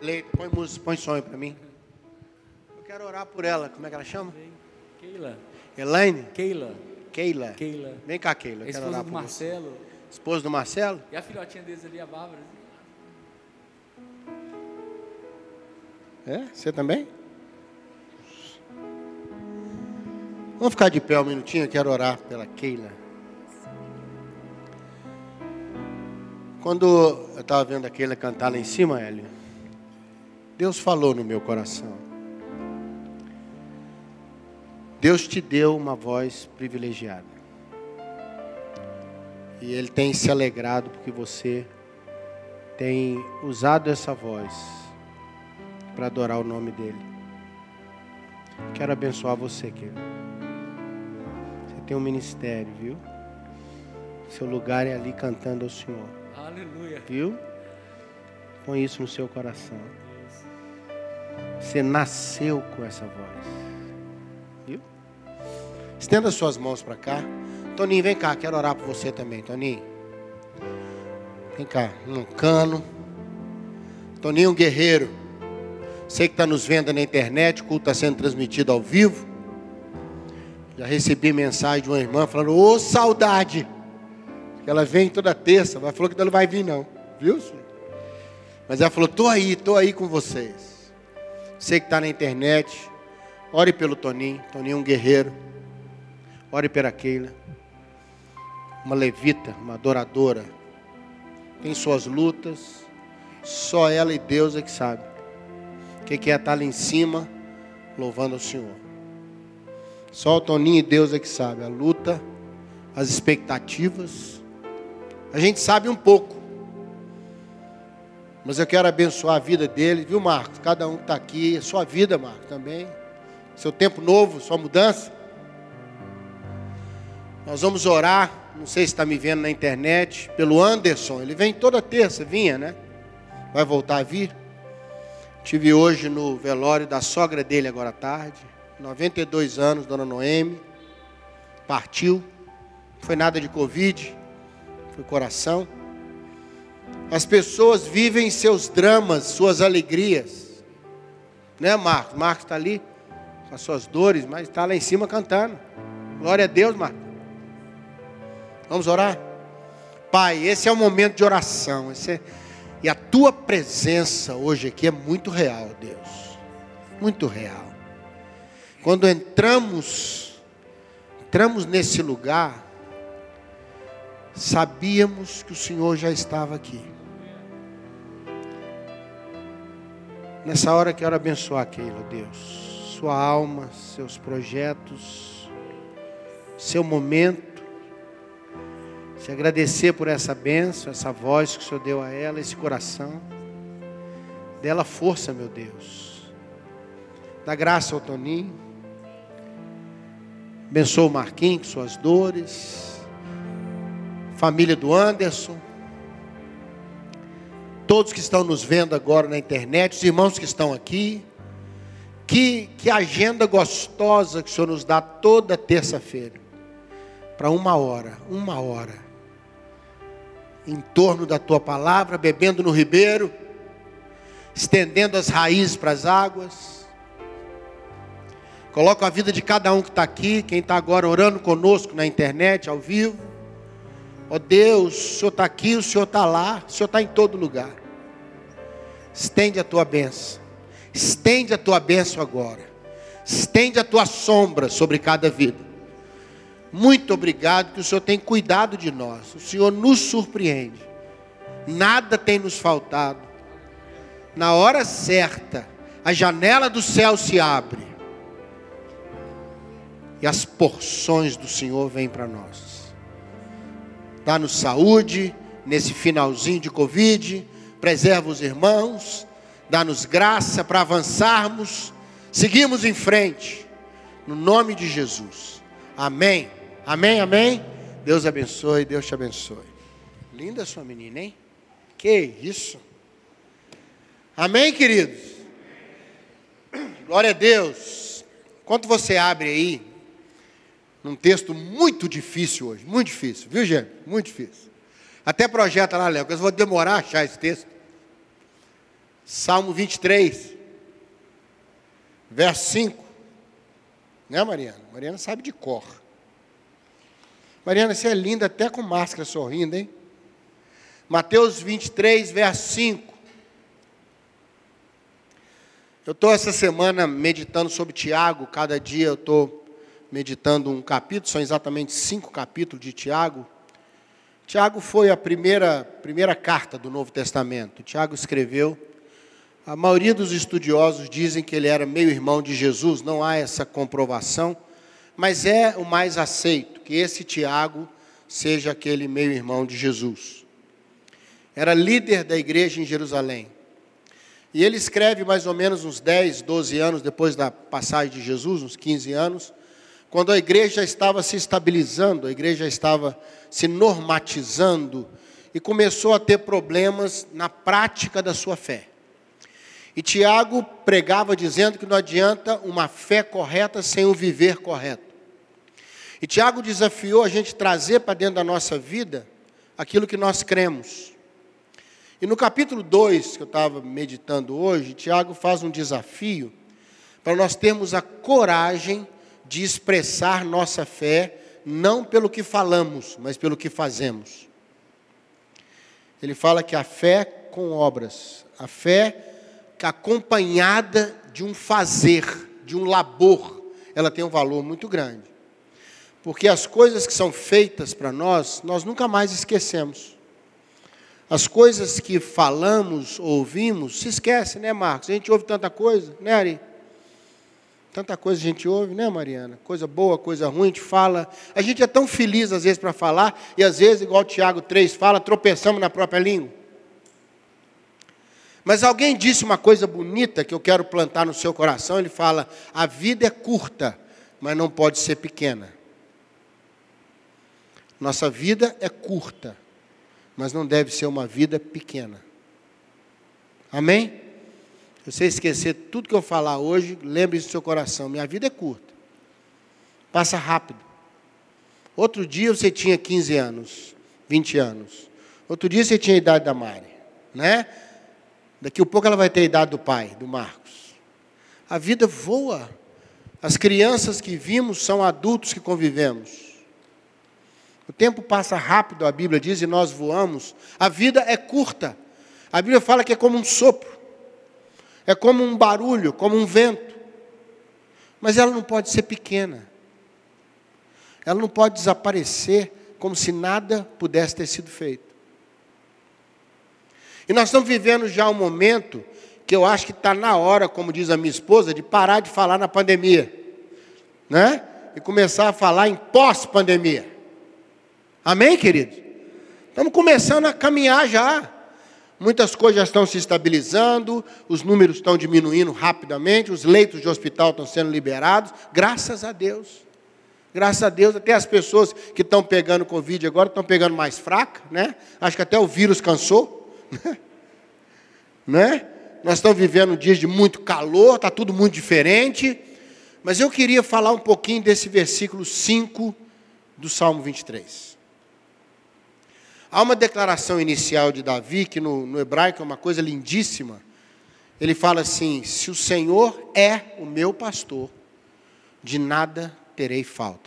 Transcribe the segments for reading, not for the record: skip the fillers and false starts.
Leite, põe música, põe sonho para mim. Eu quero orar por ela. Como é que ela chama? Keila. Elaine? Keila. Keila. Keila. Vem cá, Keila. A esposa do Marcelo. Esposa do Marcelo? E a filhotinha deles ali, a Bárbara. É? Você também? Vamos ficar de pé um minutinho, eu quero orar pela Keila. Quando eu estava vendo a Keila cantar lá em cima, Hélio, Deus falou no meu coração. Deus te deu uma voz privilegiada. E Ele tem se alegrado porque você tem usado essa voz para adorar o nome dEle. Quero abençoar você, Keila. Você tem um ministério, viu? Seu lugar é ali cantando ao Senhor. Aleluia. Viu? Põe isso no seu coração. Você nasceu com essa voz. Viu? Estenda suas mãos para cá. Toninho, vem cá. Quero orar por você também, Toninho. Vem cá. Um cano. Toninho, um guerreiro. Você que está nos vendo na internet, o culto está sendo transmitido ao vivo. Já recebi mensagem de uma irmã falando, ô saudade. Que ela vem toda terça, mas falou que ela não vai vir não. Viu, senhor? Mas ela falou, tô aí com vocês. Você que está na internet, ore pelo Toninho. Toninho é um guerreiro. Ore pela Keila. Uma levita, uma adoradora. Tem suas lutas. Só ela e Deus é que sabe. O que é estar lá em cima, louvando ao Senhor. Só o Toninho e Deus é que sabe. A luta, as expectativas. A gente sabe um pouco. Mas eu quero abençoar a vida dele, viu, Marcos? Cada um que está aqui, a sua vida, Marcos, também. Seu tempo novo, sua mudança. Nós vamos orar, não sei se está me vendo na internet, pelo Anderson. Ele vem toda terça, vinha, né? Vai voltar a vir. Estive hoje no velório da sogra dele agora à tarde. 92 anos, dona Noemi. Partiu. Não foi nada de Covid. Foi coração. As pessoas vivem seus dramas, suas alegrias. Né, Marcos? Marcos está ali com as suas dores, mas está lá em cima cantando. Glória a Deus, Marcos. Vamos orar? Pai, esse é o momento de oração. E a tua presença hoje aqui é muito real, Deus. Muito real. Quando entramos nesse lugar, sabíamos que o Senhor já estava aqui. Nessa hora quero abençoar Keila, Deus. Sua alma, seus projetos, seu momento. Se agradecer por essa bênção, essa voz que o Senhor deu a ela, esse coração. Dê ela força, meu Deus. Dá graça ao Toninho. Abençoa o Marquinhos com suas dores. Família do Anderson. Todos que estão nos vendo agora na internet, os irmãos que estão aqui. Que agenda gostosa que o Senhor nos dá toda terça-feira. Para uma hora. Em torno da tua palavra, bebendo no ribeiro, estendendo as raízes para as águas. Coloco a vida de cada um que está aqui, quem está agora orando conosco na internet, ao vivo. Ó Deus, o Senhor está aqui, o Senhor está lá, o Senhor está em todo lugar. Estende a tua bênção. Estende a tua bênção agora. Estende a tua sombra sobre cada vida. Muito obrigado que o Senhor tem cuidado de nós. O Senhor nos surpreende. Nada tem nos faltado. Na hora certa, a janela do céu se abre. E as porções do Senhor vêm para nós. Dá-nos saúde nesse finalzinho de Covid. Preserva os irmãos. Dá-nos graça para avançarmos. Seguimos em frente. No nome de Jesus. Amém. Amém, amém. Deus abençoe, Deus te abençoe. Linda sua menina, hein? Que isso. Amém, queridos? Glória a Deus. Enquanto você abre aí, num texto muito difícil hoje, muito difícil, viu, gente? Muito difícil. Até projeta lá, Léo, que eu vou demorar a achar esse texto. Salmo 23, verso 5. Né, Mariana? Mariana sabe de cor. Mariana, você é linda até com máscara sorrindo, hein? Mateus 23, verso 5. Eu estou essa semana meditando sobre Tiago. Cada dia eu estou meditando um capítulo. São exatamente 5 capítulos de Tiago. Tiago foi a primeira carta do Novo Testamento. Tiago escreveu. A maioria dos estudiosos dizem que ele era meio-irmão de Jesus. Não há essa comprovação, mas é o mais aceito, que esse Tiago seja aquele meio-irmão de Jesus. Era líder da igreja em Jerusalém. E ele escreve mais ou menos uns 10, 12 anos depois da passagem de Jesus, uns 15 anos, quando a igreja estava se estabilizando, a igreja estava se normatizando e começou a ter problemas na prática da sua fé. E Tiago pregava dizendo que não adianta uma fé correta sem um viver correto. E Tiago desafiou a gente trazer para dentro da nossa vida aquilo que nós cremos. E no capítulo 2, que eu estava meditando hoje, Tiago faz um desafio para nós termos a coragem de expressar nossa fé, não pelo que falamos, mas pelo que fazemos. Ele fala que a fé com obras, a fé acompanhada de um fazer, de um labor, ela tem um valor muito grande. Porque as coisas que são feitas para nós nunca mais esquecemos. As coisas que falamos, ouvimos, se esquece, né, Marcos? A gente ouve tanta coisa, né, Ari? Tanta coisa a gente ouve, né, Mariana? Coisa boa, coisa ruim, a gente fala. A gente é tão feliz, às vezes, para falar, e às vezes, igual o Tiago 3 fala, tropeçamos na própria língua. Mas alguém disse uma coisa bonita que eu quero plantar no seu coração. Ele fala, a vida é curta, mas não pode ser pequena. Nossa vida é curta, mas não deve ser uma vida pequena. Amém? Se você esquecer tudo que eu falar hoje, lembre-se do seu coração. Minha vida é curta. Passa rápido. Outro dia você tinha 15 anos, 20 anos. Outro dia você tinha a idade da Mari, né? Daqui a pouco ela vai ter a idade do pai, do Marcos. A vida voa. As crianças que vimos são adultos que convivemos. O tempo passa rápido, a Bíblia diz, e nós voamos. A vida é curta. A Bíblia fala que é como um sopro. É como um barulho, como um vento. Mas ela não pode ser pequena. Ela não pode desaparecer como se nada pudesse ter sido feito. E nós estamos vivendo já um momento que eu acho que está na hora, como diz a minha esposa, de parar de falar na pandemia, né? E começar a falar em pós-pandemia. Amém, queridos? Estamos começando a caminhar já. Muitas coisas já estão se estabilizando, os números estão diminuindo rapidamente, os leitos de hospital estão sendo liberados, graças a Deus. Graças a Deus, até as pessoas que estão pegando Covid agora estão pegando mais fraca, né? Acho que até o vírus cansou. Né? Nós estamos vivendo dias de muito calor, está tudo muito diferente, mas eu queria falar um pouquinho desse versículo 5 do Salmo 23. Há uma declaração inicial de Davi, que no hebraico é uma coisa lindíssima. Ele fala assim, se o Senhor é o meu pastor, de nada terei falta.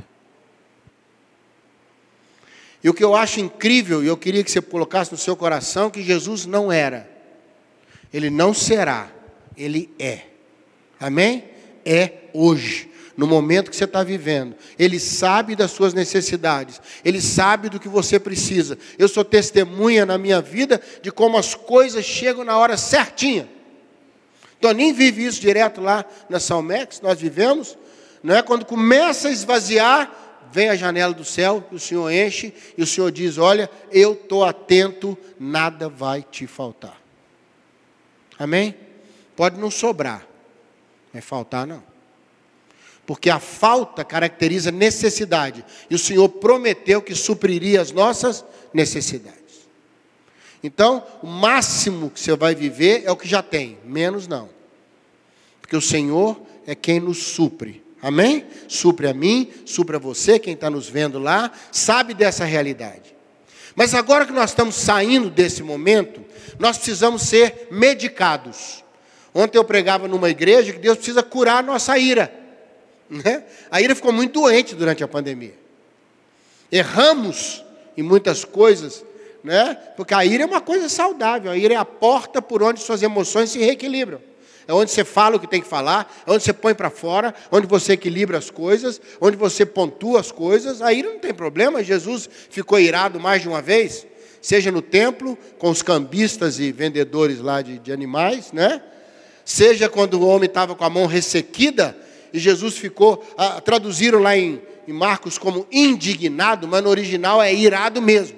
E o que eu acho incrível, e eu queria que você colocasse no seu coração, que Jesus não era. Ele não será. Ele é. Amém? É hoje. No momento que você está vivendo. Ele sabe das suas necessidades. Ele sabe do que você precisa. Eu sou testemunha na minha vida de como as coisas chegam na hora certinha. Toninho vive isso direto lá na Salmex, nós vivemos. Não é? Quando começa a esvaziar, vem a janela do céu, e o Senhor enche, e o Senhor diz, olha, eu estou atento, nada vai te faltar. Amém? Pode não sobrar, mas faltar não. Porque a falta caracteriza necessidade, e o Senhor prometeu que supriria as nossas necessidades. Então, o máximo que você vai viver é o que já tem, menos não. Porque o Senhor é quem nos supre. Amém? Supre a mim, supre a você, quem está nos vendo lá, sabe dessa realidade. Mas agora que nós estamos saindo desse momento, nós precisamos ser medicados. Ontem eu pregava numa igreja que Deus precisa curar a nossa ira. Né? A ira ficou muito doente durante a pandemia. Erramos em muitas coisas, né? Porque a ira é uma coisa saudável. A ira é a porta por onde suas emoções se reequilibram. É onde você fala o que tem que falar, é onde você põe para fora, onde você equilibra as coisas, onde você pontua as coisas. A ira não tem problema. Jesus ficou irado mais de uma vez, seja no templo, com os cambistas e vendedores lá de animais, né? Seja quando o homem estava com a mão ressequida, e Jesus ficou, traduziram lá em Marcos como indignado, mas no original é irado mesmo.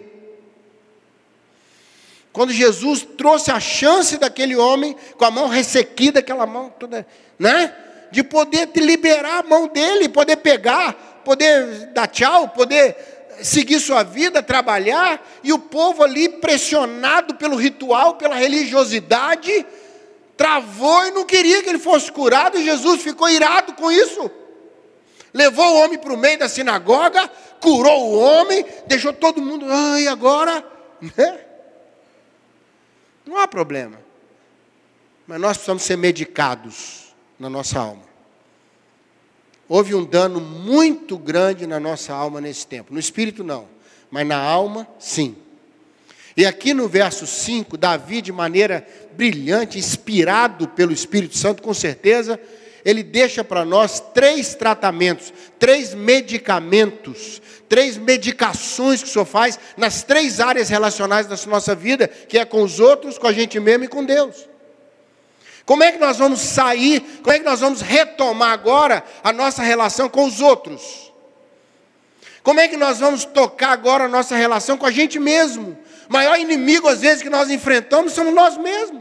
Quando Jesus trouxe a chance daquele homem, com a mão ressequida, aquela mão toda, né? De poder liberar a mão dele, poder pegar, poder dar tchau, poder seguir sua vida, trabalhar, e o povo ali pressionado pelo ritual, pela religiosidade, travou e não queria que ele fosse curado, e Jesus ficou irado com isso. Levou o homem para o meio da sinagoga, curou o homem, deixou todo mundo, e agora? Né? Não há problema. Mas nós precisamos ser medicados na nossa alma. Houve um dano muito grande na nossa alma nesse tempo. No espírito não, mas na alma sim. E aqui no verso 5, Davi, de maneira brilhante, inspirado pelo Espírito Santo, com certeza, ele deixa para nós 3 tratamentos, 3 medicamentos, 3 medicações que o Senhor faz nas 3 áreas relacionais da nossa vida, que é com os outros, com a gente mesmo e com Deus. Como é que nós vamos sair, como é que nós vamos retomar agora a nossa relação com os outros? Como é que nós vamos tocar agora a nossa relação com a gente mesmo? O maior inimigo, às vezes, que nós enfrentamos somos nós mesmos.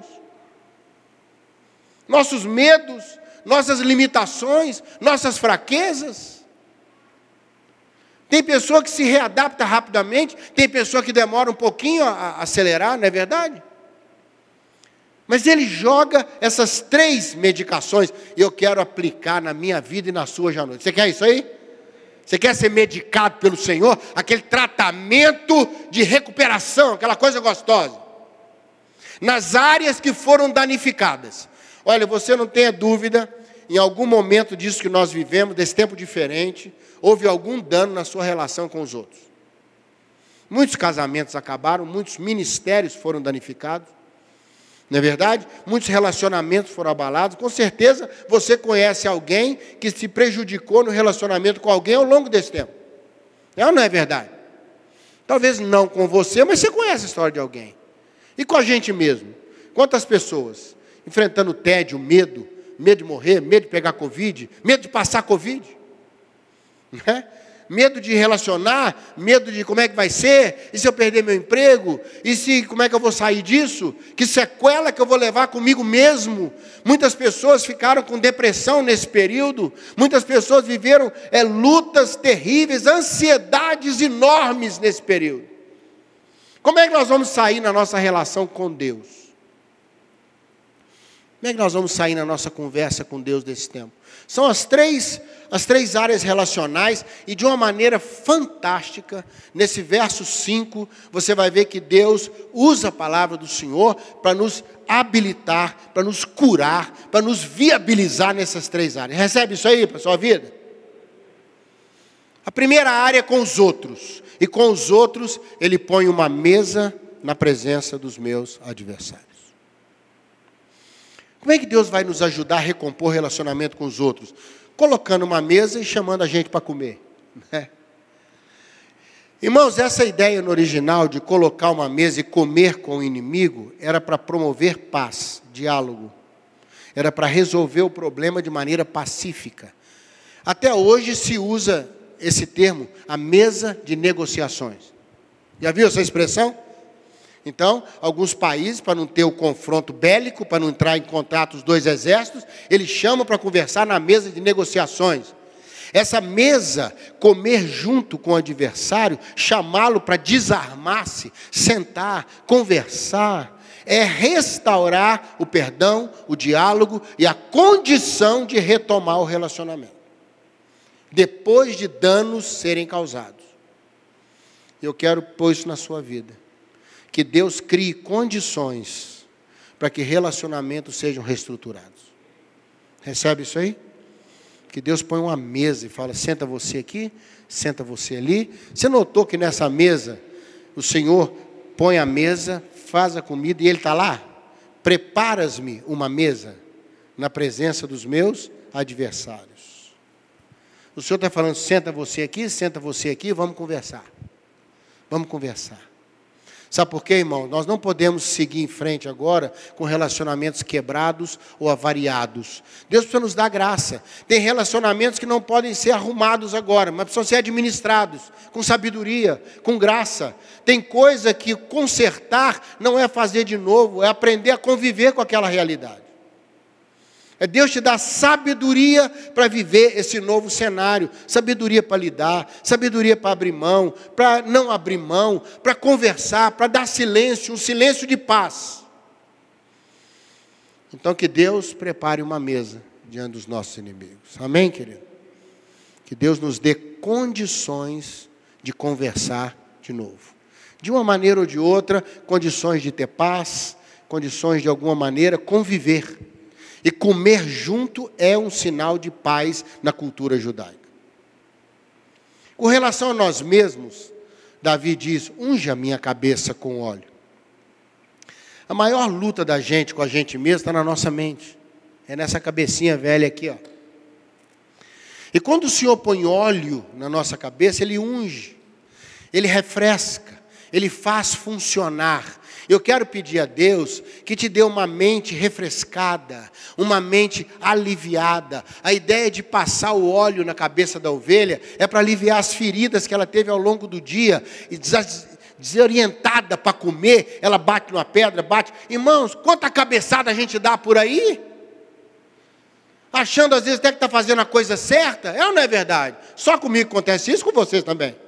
Nossos medos, nossas limitações, nossas fraquezas. Tem pessoa que se readapta rapidamente, tem pessoa que demora um pouquinho a acelerar, não é verdade? Mas ele joga essas 3 medicações, e eu quero aplicar na minha vida e na sua já à noite. Você quer isso aí? Você quer ser medicado pelo Senhor? Aquele tratamento de recuperação, aquela coisa gostosa. Nas áreas que foram danificadas. Olha, você não tenha dúvida, em algum momento disso que nós vivemos, desse tempo diferente, houve algum dano na sua relação com os outros. Muitos casamentos acabaram, muitos ministérios foram danificados. Não é verdade? Muitos relacionamentos foram abalados. Com certeza você conhece alguém que se prejudicou no relacionamento com alguém ao longo desse tempo. É ou não é verdade? Talvez não com você, mas você conhece a história de alguém. E com a gente mesmo. Quantas pessoas enfrentando tédio, medo de morrer, medo de pegar Covid, medo de passar Covid, né? Medo de relacionar, medo de como é que vai ser, e se eu perder meu emprego, e se como é que eu vou sair disso, que sequela que eu vou levar comigo mesmo. Muitas pessoas ficaram com depressão nesse período, muitas pessoas viveram lutas terríveis, ansiedades enormes nesse período. Como é que nós vamos sair na nossa relação com Deus? Como é que nós vamos sair na nossa conversa com Deus desse tempo? São as três áreas relacionais, e de uma maneira fantástica, nesse verso 5, você vai ver que Deus usa a palavra do Senhor para nos habilitar, para nos curar, para nos viabilizar nessas 3 áreas. Recebe isso aí para a sua vida? A primeira área é com os outros, e com os outros ele põe uma mesa na presença dos meus adversários. Como é que Deus vai nos ajudar a recompor o relacionamento com os outros? Colocando uma mesa e chamando a gente para comer. Né? Irmãos, essa ideia no original de colocar uma mesa e comer com o inimigo era para promover paz, diálogo. Era para resolver o problema de maneira pacífica. Até hoje se usa esse termo, a mesa de negociações. Já viu essa expressão? Então, alguns países, para não ter o confronto bélico, para não entrar em contato os 2 exércitos, eles chamam para conversar na mesa de negociações. Essa mesa, comer junto com o adversário, chamá-lo para desarmar-se, sentar, conversar, é restaurar o perdão, o diálogo e a condição de retomar o relacionamento, depois de danos serem causados. Eu quero pôr isso na sua vida. Que Deus crie condições para que relacionamentos sejam reestruturados. Recebe isso aí? Que Deus põe uma mesa e fala, senta você aqui, senta você ali. Você notou que nessa mesa, o Senhor põe a mesa, faz a comida e Ele está lá? Preparas-me uma mesa na presença dos meus adversários. O Senhor está falando, senta você aqui, vamos conversar. Vamos conversar. Sabe por quê, irmão? Nós não podemos seguir em frente agora com relacionamentos quebrados ou avariados. Deus precisa nos dar graça. Tem relacionamentos que não podem ser arrumados agora, mas precisam ser administrados com sabedoria, com graça. Tem coisa que consertar não é fazer de novo, é aprender a conviver com aquela realidade. É Deus te dar sabedoria para viver esse novo cenário, sabedoria para lidar, sabedoria para abrir mão, para não abrir mão, para conversar, para dar silêncio, um silêncio de paz. Então que Deus prepare uma mesa diante dos nossos inimigos. Amém, querido? Que Deus nos dê condições de conversar de novo. De uma maneira ou de outra, condições de ter paz, condições de alguma maneira conviver. E comer junto é um sinal de paz na cultura judaica. Com relação a nós mesmos, Davi diz, unge a minha cabeça com óleo. A maior luta da gente com a gente mesmo está na nossa mente. É nessa cabecinha velha aqui, ó. E quando o Senhor põe óleo na nossa cabeça, Ele unge, Ele refresca, Ele faz funcionar. Eu quero pedir a Deus que te dê uma mente refrescada, uma mente aliviada. A ideia de passar o óleo na cabeça da ovelha é para aliviar as feridas que ela teve ao longo do dia. E desorientada para comer, ela bate numa pedra, bate. Irmãos, quanta cabeçada a gente dá por aí? Achando às vezes até que está fazendo a coisa certa. É ou não é verdade? Só comigo acontece isso, com vocês também.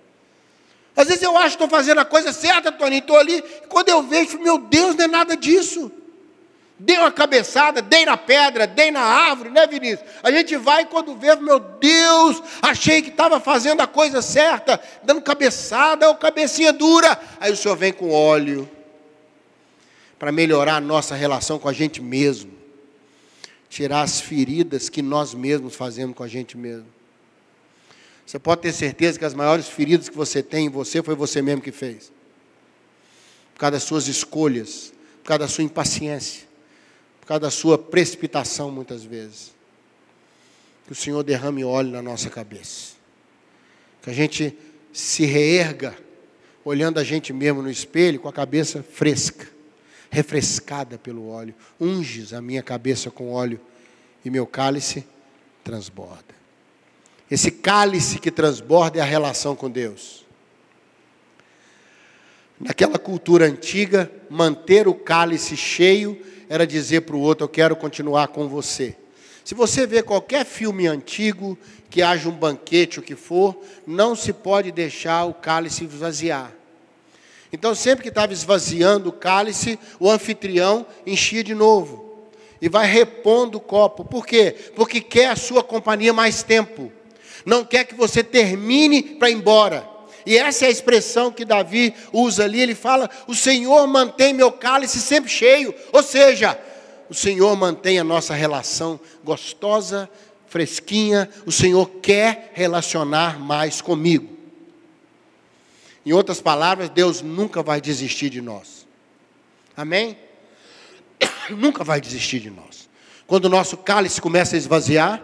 Às vezes eu acho que estou fazendo a coisa certa, Toninho, estou ali, e quando eu vejo, meu Deus, não é nada disso. Dei uma cabeçada, dei na pedra, dei na árvore, né, Vinícius? A gente vai e quando vê, meu Deus, achei que estava fazendo a coisa certa, dando cabeçada, ou cabecinha dura. Aí o Senhor vem com óleo, para melhorar a nossa relação com a gente mesmo. Tirar as feridas que nós mesmos fazemos com a gente mesmo. Você pode ter certeza que as maiores feridas que você tem em você, foi você mesmo que fez. Por causa das suas escolhas, por causa da sua impaciência, por causa da sua precipitação muitas vezes. Que o Senhor derrame óleo na nossa cabeça. Que a gente se reerga, olhando a gente mesmo no espelho, com a cabeça fresca, refrescada pelo óleo. Unges a minha cabeça com óleo e meu cálice transborda. Esse cálice que transborda é a relação com Deus. Naquela cultura antiga, manter o cálice cheio era dizer para o outro, eu quero continuar com você. Se você vê qualquer filme antigo, que haja um banquete, o que for, não se pode deixar o cálice esvaziar. Então, sempre que estava esvaziando o cálice, o anfitrião enchia de novo. E vai repondo o copo. Por quê? Porque quer a sua companhia mais tempo. Não quer que você termine para ir embora. E essa é a expressão que Davi usa ali. Ele fala, o Senhor mantém meu cálice sempre cheio. Ou seja, o Senhor mantém a nossa relação gostosa, fresquinha. O Senhor quer relacionar mais comigo. Em outras palavras, Deus nunca vai desistir de nós. Amém? Nunca vai desistir de nós. Quando o nosso cálice começa a esvaziar,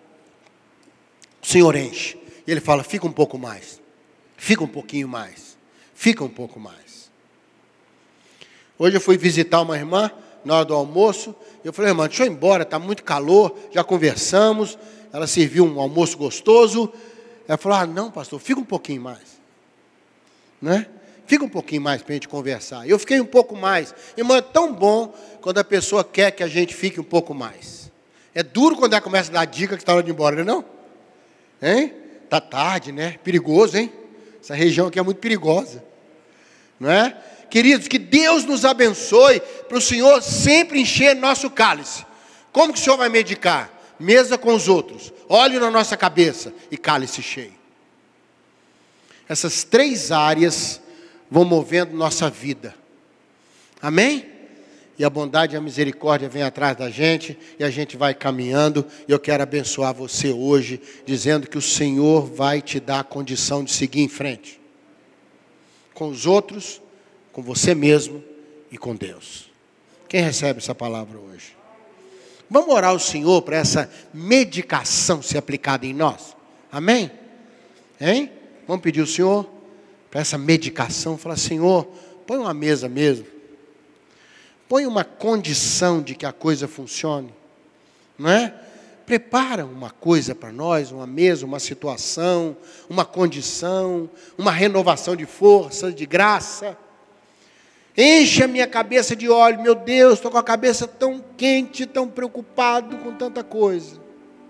o Senhor enche. E Ele fala, fica um pouco mais. Fica um pouquinho mais. Fica um pouco mais. Hoje eu fui visitar uma irmã, na hora do almoço. Eu falei, irmã, deixa eu ir embora, está muito calor. Já conversamos. Ela serviu um almoço gostoso. Ela falou, não, pastor, fica um pouquinho mais. Né? Fica um pouquinho mais para a gente conversar. Eu fiquei um pouco mais. Irmã, é tão bom quando a pessoa quer que a gente fique um pouco mais. É duro quando ela começa a dar dica que está hora de ir embora, não é não? Hein? Tá tarde, né? Perigoso, hein? Essa região aqui é muito perigosa. Não é? Queridos, que Deus nos abençoe para o Senhor sempre encher nosso cálice. Como que o Senhor vai medicar? Mesa com os outros, óleo na nossa cabeça e cálice cheio. Essas 3 áreas vão movendo nossa vida. Amém? E a bondade e a misericórdia vêm atrás da gente, e a gente vai caminhando. E eu quero abençoar você hoje, dizendo que o Senhor vai te dar a condição de seguir em frente. Com os outros, com você mesmo e com Deus. Quem recebe essa palavra hoje? Vamos orar ao Senhor para essa medicação ser aplicada em nós? Amém? Hein? Vamos pedir ao Senhor para essa medicação. Falar, Senhor, põe uma mesa mesmo. Põe uma condição de que a coisa funcione. Não é? Prepara uma coisa para nós, uma mesa, uma situação, uma condição, uma renovação de força, de graça. Enche a minha cabeça de óleo. Meu Deus, estou com a cabeça tão quente, tão preocupado com tanta coisa.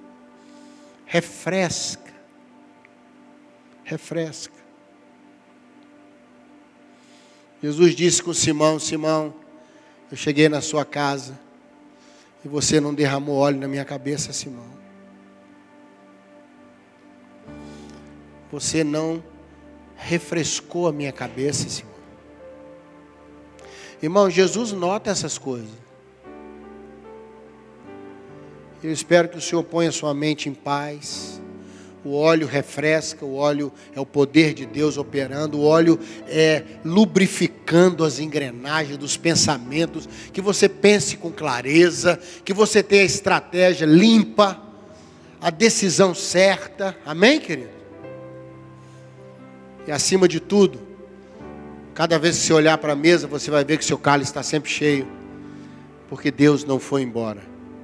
Refresca. Refresca. Jesus disse com Simão, Simão, eu cheguei na sua casa e você não derramou óleo na minha cabeça, Simão. Você não refrescou a minha cabeça, Simão. Irmão, Jesus nota essas coisas. Eu espero que o Senhor ponha sua mente em paz. O óleo refresca, o óleo é o poder de Deus operando, o óleo é lubrificando as engrenagens dos pensamentos, que você pense com clareza, que você tenha a estratégia limpa, a decisão certa, amém, querido? E acima de tudo, cada vez que você olhar para a mesa, você vai ver que seu cálice está sempre cheio, porque Deus não foi embora.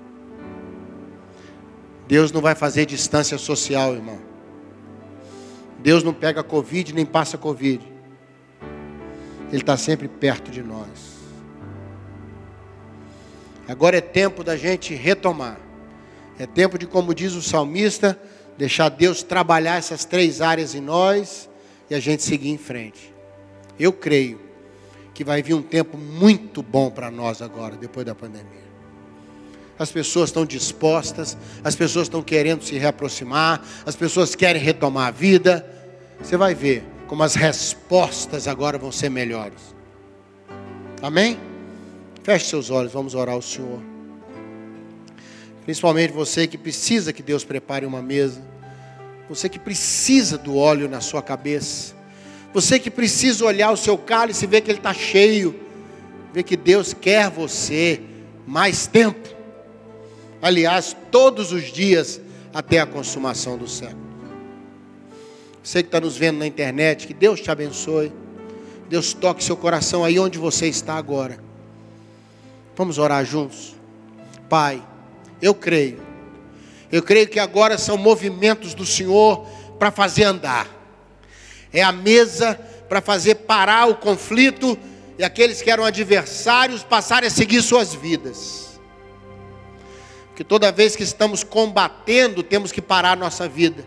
Deus não vai fazer distância social, irmão. Deus não pega Covid nem passa Covid. Ele está sempre perto de nós. Agora é tempo da gente retomar. É tempo de, como diz o salmista, deixar Deus trabalhar essas 3 áreas em nós e a gente seguir em frente. Eu creio que vai vir um tempo muito bom para nós agora, depois da pandemia. As pessoas estão dispostas, as pessoas estão querendo se reaproximar, as pessoas querem retomar a vida. Você vai ver como as respostas agora vão ser melhores. Amém? Feche seus olhos, vamos orar ao Senhor. Principalmente você que precisa que Deus prepare uma mesa. Você que precisa do óleo na sua cabeça. Você que precisa olhar o seu cálice e ver que ele está cheio. Ver que Deus quer você mais tempo. Aliás, todos os dias até a consumação do século. Você que está nos vendo na internet, que Deus te abençoe. Deus toque seu coração aí onde você está agora. Vamos orar juntos. Pai, eu creio que agora são movimentos do Senhor para fazer andar. É a mesa para fazer parar o conflito e aqueles que eram adversários passarem a seguir suas vidas. Porque toda vez que estamos combatendo, temos que parar a nossa vida.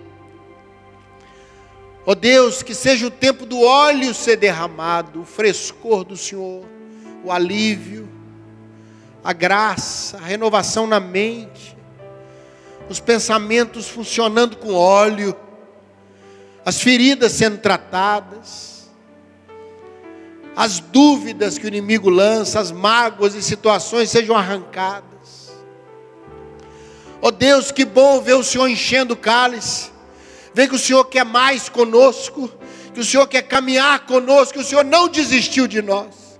Ó Deus, que seja o tempo do óleo ser derramado, o frescor do Senhor, o alívio, a graça, a renovação na mente, os pensamentos funcionando com óleo, as feridas sendo tratadas, as dúvidas que o inimigo lança, as mágoas e situações sejam arrancadas. Ó Deus, que bom ver o Senhor enchendo o cálice, ver que o Senhor quer mais conosco, que o Senhor quer caminhar conosco, que o Senhor não desistiu de nós.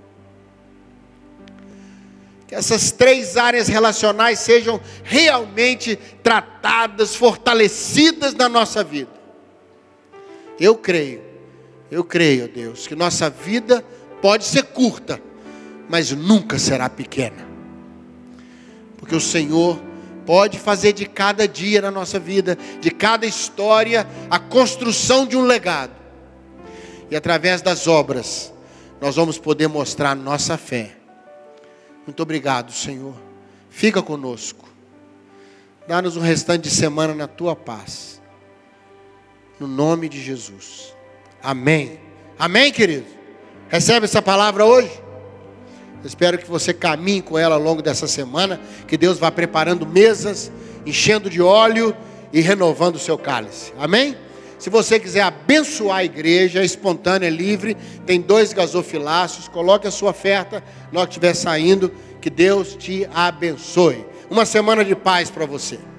Que essas 3 áreas relacionais sejam realmente tratadas, fortalecidas na nossa vida. Eu creio, ó Deus, que nossa vida pode ser curta, mas nunca será pequena. Porque o Senhor pode fazer de cada dia na nossa vida, de cada história, a construção de um legado. E através das obras, nós vamos poder mostrar nossa fé. Muito obrigado, Senhor. Fica conosco. Dá-nos um restante de semana na Tua paz. No nome de Jesus. Amém. Amém, querido? Recebe essa palavra hoje? Eu espero que você caminhe com ela ao longo dessa semana, que Deus vá preparando mesas, enchendo de óleo e renovando o seu cálice. Amém? Se você quiser abençoar a igreja, é espontânea, é livre, tem 2 gasofiláceos, coloque a sua oferta na hora que estiver saindo, que Deus te abençoe. Uma semana de paz para você.